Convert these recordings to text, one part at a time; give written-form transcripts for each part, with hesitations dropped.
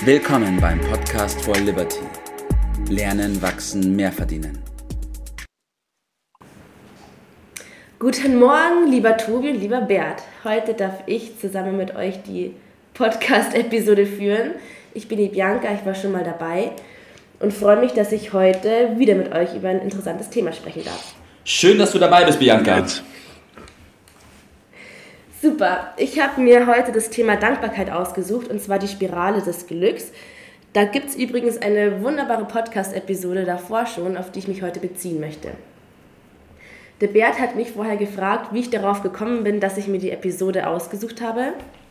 Willkommen beim Podcast for Liberty. Lernen, wachsen, mehr verdienen. Guten Morgen, lieber Tobi und lieber Bert. Heute darf ich zusammen mit euch die Podcast-Episode führen. Ich bin die Bianca, ich war schon mal dabei und freue mich, dass ich heute wieder mit euch über ein interessantes Thema sprechen darf. Schön, dass du dabei bist, Bianca. Super, ich habe mir heute das Thema Dankbarkeit ausgesucht, und zwar die Spirale des Glücks. Da gibt es übrigens eine wunderbare Podcast-Episode davor schon, auf die ich mich heute beziehen möchte. Der Bert hat mich vorher gefragt, wie ich darauf gekommen bin, dass ich mir die Episode ausgesucht habe.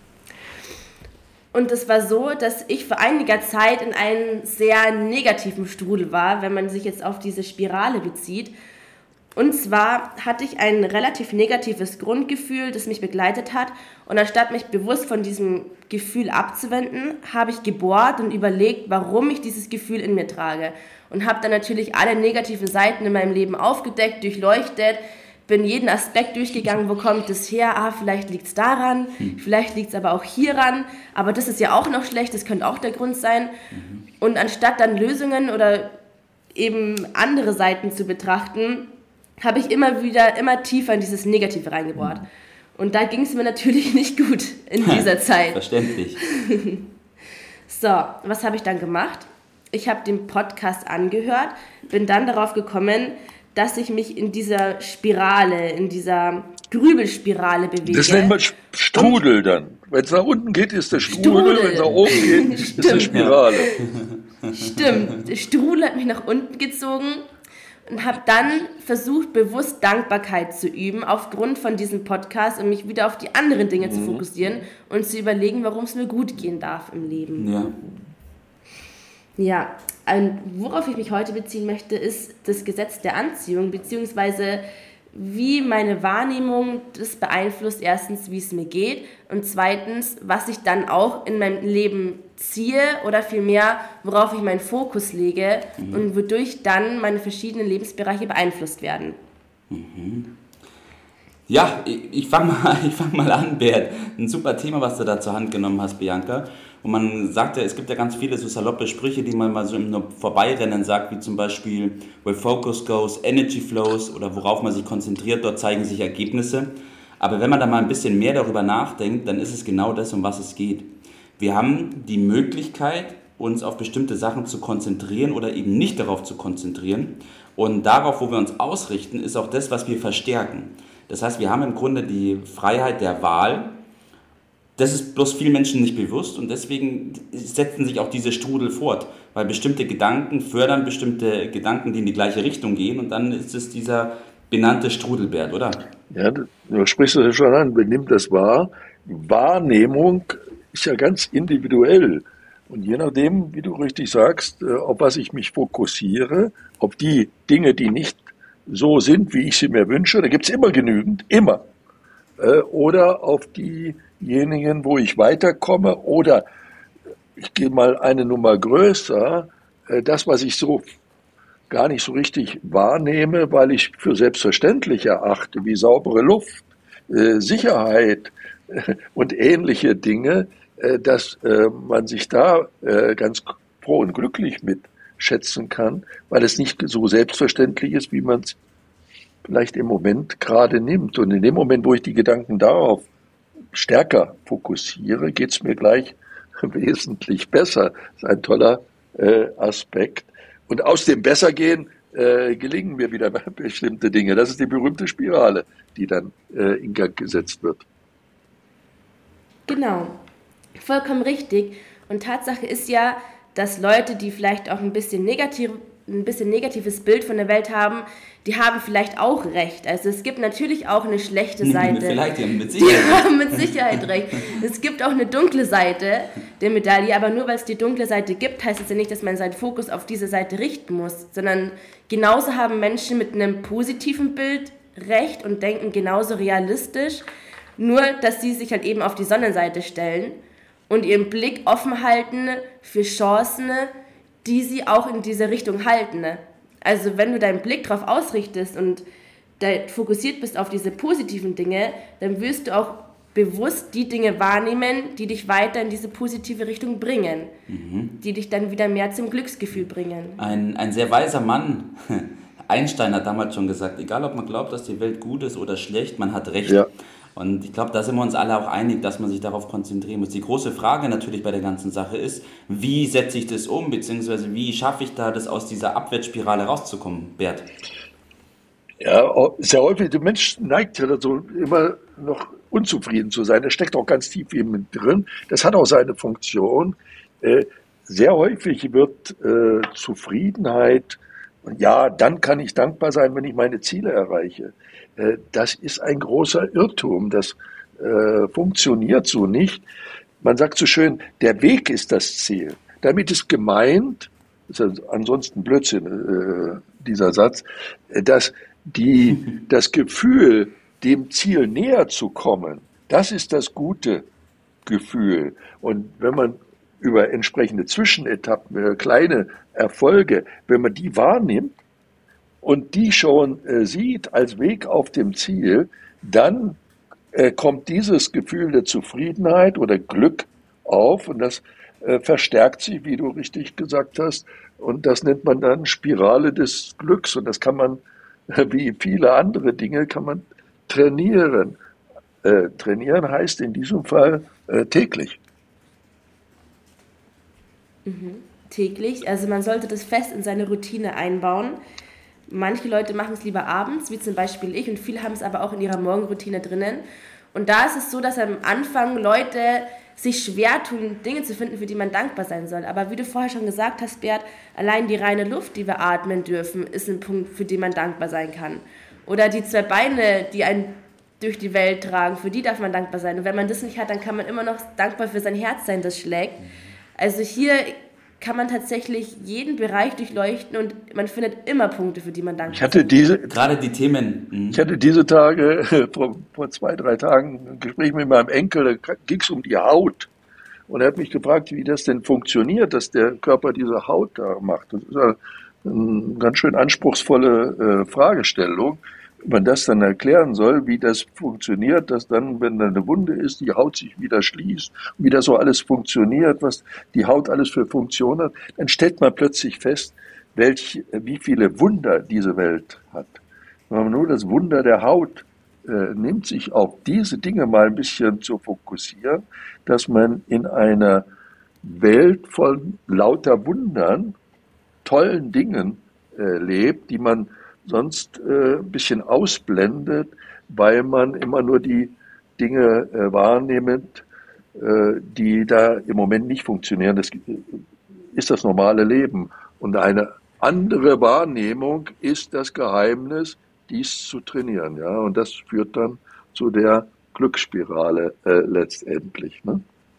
Und es war so, dass ich vor einiger Zeit in einem sehr negativen Strudel war, wenn man sich jetzt auf diese Spirale bezieht. Und zwar hatte ich ein relativ negatives Grundgefühl, das mich begleitet hat. Und anstatt mich bewusst von diesem Gefühl abzuwenden, habe ich gebohrt und überlegt, warum ich dieses Gefühl in mir trage. Und habe dann natürlich alle negativen Seiten in meinem Leben aufgedeckt, durchleuchtet, bin jeden Aspekt durchgegangen, wo kommt es her, vielleicht liegt es daran, vielleicht liegt es aber auch hieran, aber das ist ja auch noch schlecht, das könnte auch der Grund sein. Und anstatt dann Lösungen oder eben andere Seiten zu betrachten, habe ich immer tiefer in dieses Negative reingebohrt. Und da ging es mir natürlich nicht gut in dieser Zeit. Verständlich. So, was habe ich dann gemacht? Ich habe den Podcast angehört, bin dann darauf gekommen, dass ich mich in dieser Spirale, in dieser Grübelspirale bewege. Das nennt man Strudel dann. Wenn es nach unten geht, ist der Strudel. Wenn es nach oben geht, ist eine Spirale. Stimmt, der Strudel hat mich nach unten gezogen und habe dann versucht, bewusst Dankbarkeit zu üben, aufgrund von diesem Podcast, und mich wieder auf die anderen Dinge zu fokussieren und zu überlegen, warum es mir gut gehen darf im Leben. Ja, worauf ich mich heute beziehen möchte, ist das Gesetz der Anziehung, beziehungsweise wie meine Wahrnehmung das beeinflusst, erstens, wie es mir geht, und zweitens, was ich dann auch in meinem Leben ziehe oder vielmehr, worauf ich meinen Fokus lege und wodurch dann meine verschiedenen Lebensbereiche beeinflusst werden. Ja, ich fang mal an, Bert. Ein super Thema, was du da zur Hand genommen hast, Bianca. Und man sagt ja, es gibt ja ganz viele so saloppe Sprüche, die man mal so im Vorbeirennen sagt, wie zum Beispiel, where focus goes, energy flows, oder worauf man sich konzentriert, dort zeigen sich Ergebnisse. Aber wenn man da mal ein bisschen mehr darüber nachdenkt, dann ist es genau das, um was es geht. Wir haben die Möglichkeit, uns auf bestimmte Sachen zu konzentrieren oder eben nicht darauf zu konzentrieren. Und darauf, wo wir uns ausrichten, ist auch das, was wir verstärken. Das heißt, wir haben im Grunde die Freiheit der Wahl. Das ist bloß vielen Menschen nicht bewusst, und deswegen setzen sich auch diese Strudel fort, weil bestimmte Gedanken fördern bestimmte Gedanken, die in die gleiche Richtung gehen, und dann ist es dieser benannte Strudelbert, oder? Ja, du sprichst das ja schon an, wer nimmt das wahr? Wahrnehmung ist ja ganz individuell, und je nachdem, wie du richtig sagst, auf was ich mich fokussiere, ob die Dinge, die nicht so sind, wie ich sie mir wünsche, da gibt es immer genügend, immer, oder auf diejenigen, wo ich weiterkomme, oder ich gehe mal eine Nummer größer, das, was ich so gar nicht so richtig wahrnehme, weil ich für selbstverständlich erachte, wie saubere Luft, Sicherheit und ähnliche Dinge, dass man sich da ganz froh und glücklich mit schätzen kann, weil es nicht so selbstverständlich ist, wie man es vielleicht im Moment gerade nimmt. Und in dem Moment, wo ich die Gedanken darauf stärker fokussiere, geht es mir gleich wesentlich besser. Das ist ein toller Aspekt. Und aus dem Bessergehen gelingen mir wieder bestimmte Dinge. Das ist die berühmte Spirale, die dann in Gang gesetzt wird. Genau, vollkommen richtig. Und Tatsache ist ja, dass Leute, die vielleicht auch ein bisschen negatives Bild von der Welt haben, die haben vielleicht auch recht. Also es gibt natürlich auch eine schlechte Seite. Vielleicht, die haben mit Sicherheit recht. Die haben mit Sicherheit recht. Es gibt auch eine dunkle Seite der Medaille, aber nur weil es die dunkle Seite gibt, heißt es ja nicht, dass man seinen Fokus auf diese Seite richten muss, sondern genauso haben Menschen mit einem positiven Bild recht und denken genauso realistisch, nur dass sie sich halt eben auf die Sonnenseite stellen und ihren Blick offen halten für Chancen, die sie auch in diese Richtung halten. Also wenn du deinen Blick darauf ausrichtest und fokussiert bist auf diese positiven Dinge, dann wirst du auch bewusst die Dinge wahrnehmen, die dich weiter in diese positive Richtung bringen, die dich dann wieder mehr zum Glücksgefühl bringen. Ein sehr weiser Mann, Einstein hat damals schon gesagt, egal ob man glaubt, dass die Welt gut ist oder schlecht, man hat recht. Ja. Und ich glaube, da sind wir uns alle auch einig, dass man sich darauf konzentrieren muss. Die große Frage natürlich bei der ganzen Sache ist, wie setze ich das um, beziehungsweise wie schaffe ich da, das aus dieser Abwärtsspirale rauszukommen, Bert? Ja, sehr häufig, der Mensch neigt ja dazu, immer noch unzufrieden zu sein. Das steckt auch ganz tief in ihm drin. Das hat auch seine Funktion. Sehr häufig wird Zufriedenheit, ja, dann kann ich dankbar sein, wenn ich meine Ziele erreiche. Das ist ein großer Irrtum. Das funktioniert so nicht. Man sagt so schön, der Weg ist das Ziel. Damit ist gemeint, ist ja ansonsten Blödsinn, dieser Satz, dass das Gefühl, dem Ziel näher zu kommen, das ist das gute Gefühl. Und wenn man über entsprechende Zwischenetappen, kleine Erfolge, wenn man die wahrnimmt und die schon sieht als Weg auf dem Ziel, dann kommt dieses Gefühl der Zufriedenheit oder Glück auf und das verstärkt sich, wie du richtig gesagt hast. Und das nennt man dann Spirale des Glücks. Und das kann man, wie viele andere Dinge, kann man trainieren. Trainieren heißt in diesem Fall täglich. Täglich, also man sollte das fest in seine Routine einbauen. Manche Leute machen es lieber abends, wie zum Beispiel ich, und viele haben es aber auch in ihrer Morgenroutine drinnen. Und da ist es so, dass am Anfang Leute sich schwer tun, Dinge zu finden, für die man dankbar sein soll. Aber wie du vorher schon gesagt hast, Bert, allein die reine Luft, die wir atmen dürfen, ist ein Punkt, für den man dankbar sein kann. Oder die 2 Beine, die einen durch die Welt tragen, für die darf man dankbar sein. Und wenn man das nicht hat, dann kann man immer noch dankbar für sein Herz sein, das schlägt. Also hier kann man tatsächlich jeden Bereich durchleuchten und man findet immer Punkte, für die man dankbar Gerade die Themen. Ich hatte diese Tage, vor 2, 3 Tagen, ein Gespräch mit meinem Enkel, da ging es um die Haut. Und er hat mich gefragt, wie das denn funktioniert, dass der Körper diese Haut da macht. Das ist eine ganz schön anspruchsvolle Fragestellung. Wenn man das dann erklären soll, wie das funktioniert, dass dann, wenn da eine Wunde ist, die Haut sich wieder schließt, wie das so alles funktioniert, was die Haut alles für Funktion hat, dann stellt man plötzlich fest, wie viele Wunder diese Welt hat. Wenn man nur das Wunder der Haut nimmt, sich auf diese Dinge mal ein bisschen zu fokussieren, dass man in einer Welt von lauter Wundern, tollen Dingen lebt, die man sonst ein bisschen ausblendet, weil man immer nur die Dinge wahrnimmt, die da im Moment nicht funktionieren. Das ist das normale Leben. Und eine andere Wahrnehmung ist das Geheimnis, dies zu trainieren. Ja? Und das führt dann zu der Glücksspirale letztendlich. Ne?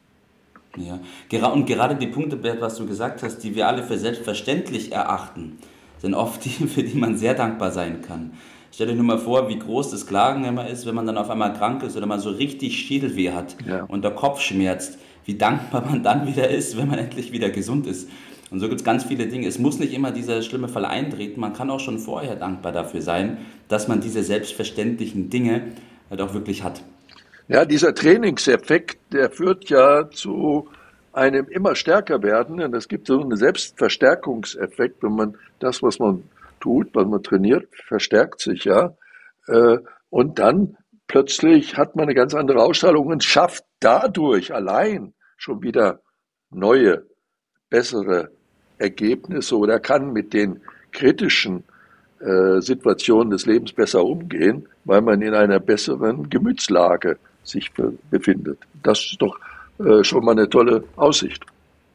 Ja, und gerade die Punkte, Bert, was du gesagt hast, die wir alle für selbstverständlich erachten, sind oft die, für die man sehr dankbar sein kann. Stell dir nur mal vor, wie groß das Klagen immer ist, wenn man dann auf einmal krank ist oder mal so richtig Schädelweh hat und der Kopf schmerzt. Wie dankbar man dann wieder ist, wenn man endlich wieder gesund ist. Und so gibt es ganz viele Dinge. Es muss nicht immer dieser schlimme Fall eintreten. Man kann auch schon vorher dankbar dafür sein, dass man diese selbstverständlichen Dinge halt auch wirklich hat. Ja, dieser Trainingseffekt, der führt ja zu einem immer stärker werden. Und es gibt so einen Selbstverstärkungseffekt, wenn man das, was man tut, was man trainiert, verstärkt sich, ja. Und dann plötzlich hat man eine ganz andere Ausstrahlung und schafft dadurch allein schon wieder neue, bessere Ergebnisse oder kann mit den kritischen Situationen des Lebens besser umgehen, weil man in einer besseren Gemütslage sich befindet. Das ist doch schon mal eine tolle Aussicht.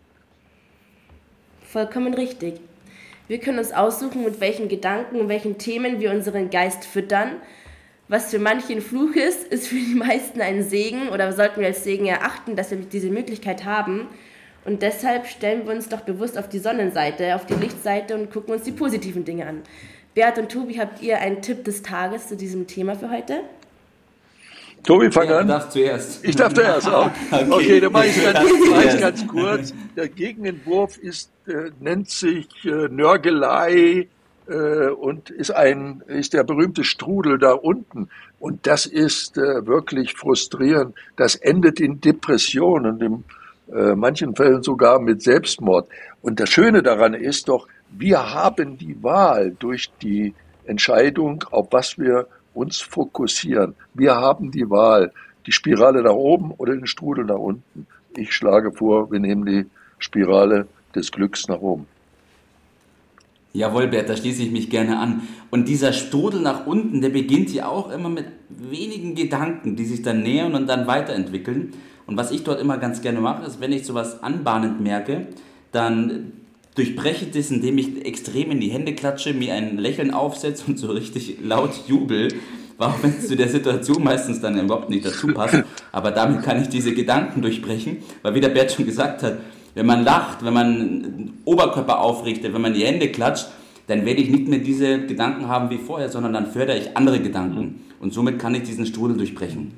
Vollkommen richtig. Wir können uns aussuchen, mit welchen Gedanken und welchen Themen wir unseren Geist füttern. Was für manche ein Fluch ist für die meisten ein Segen oder sollten wir als Segen erachten, dass wir diese Möglichkeit haben. Und deshalb stellen wir uns doch bewusst auf die Sonnenseite, auf die Lichtseite und gucken uns die positiven Dinge an. Bert und Tobi, habt ihr einen Tipp des Tages zu diesem Thema für heute? Tobi, fang an. Du darfst zuerst. Ich darf zuerst auch. Okay, dann mache ich ganz kurz. Der Gegenentwurf nennt sich Nörgelei, und ist der berühmte Strudel da unten. Und das ist wirklich frustrierend. Das endet in Depressionen, in manchen Fällen sogar mit Selbstmord. Und das Schöne daran ist doch, wir haben die Wahl durch die Entscheidung, auf was wir uns fokussieren. Wir haben die Wahl, die Spirale nach oben oder den Strudel nach unten. Ich schlage vor, wir nehmen die Spirale des Glücks nach oben. Jawohl, Bert, da schließe ich mich gerne an. Und dieser Strudel nach unten, der beginnt ja auch immer mit wenigen Gedanken, die sich dann nähern und dann weiterentwickeln. Und was ich dort immer ganz gerne mache, ist, wenn ich sowas anbahnend merke, dann durchbreche ich das, indem ich extrem in die Hände klatsche, mir ein Lächeln aufsetze und so richtig laut jubel. Auch wenn es zu der Situation meistens dann überhaupt nicht dazu passt. Aber damit kann ich diese Gedanken durchbrechen, weil wie der Bert schon gesagt hat, wenn man lacht, wenn man den Oberkörper aufrichtet, wenn man die Hände klatscht, dann werde ich nicht mehr diese Gedanken haben wie vorher, sondern dann fördere ich andere Gedanken. Und somit kann ich diesen Strudel durchbrechen.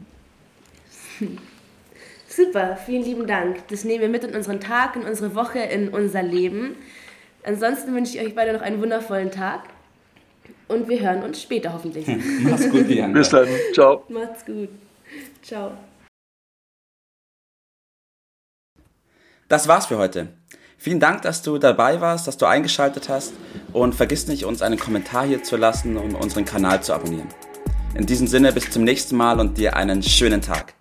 Super, vielen lieben Dank. Das nehmen wir mit in unseren Tag, in unsere Woche, in unser Leben. Ansonsten wünsche ich euch beide noch einen wundervollen Tag. Und wir hören uns später hoffentlich. Mach's gut, Bianca. Bis dann. Ciao. Macht's gut. Ciao. Das war's für heute. Vielen Dank, dass du dabei warst, dass du eingeschaltet hast. Und vergiss nicht, uns einen Kommentar hier zu lassen und unseren Kanal zu abonnieren. In diesem Sinne, bis zum nächsten Mal und dir einen schönen Tag.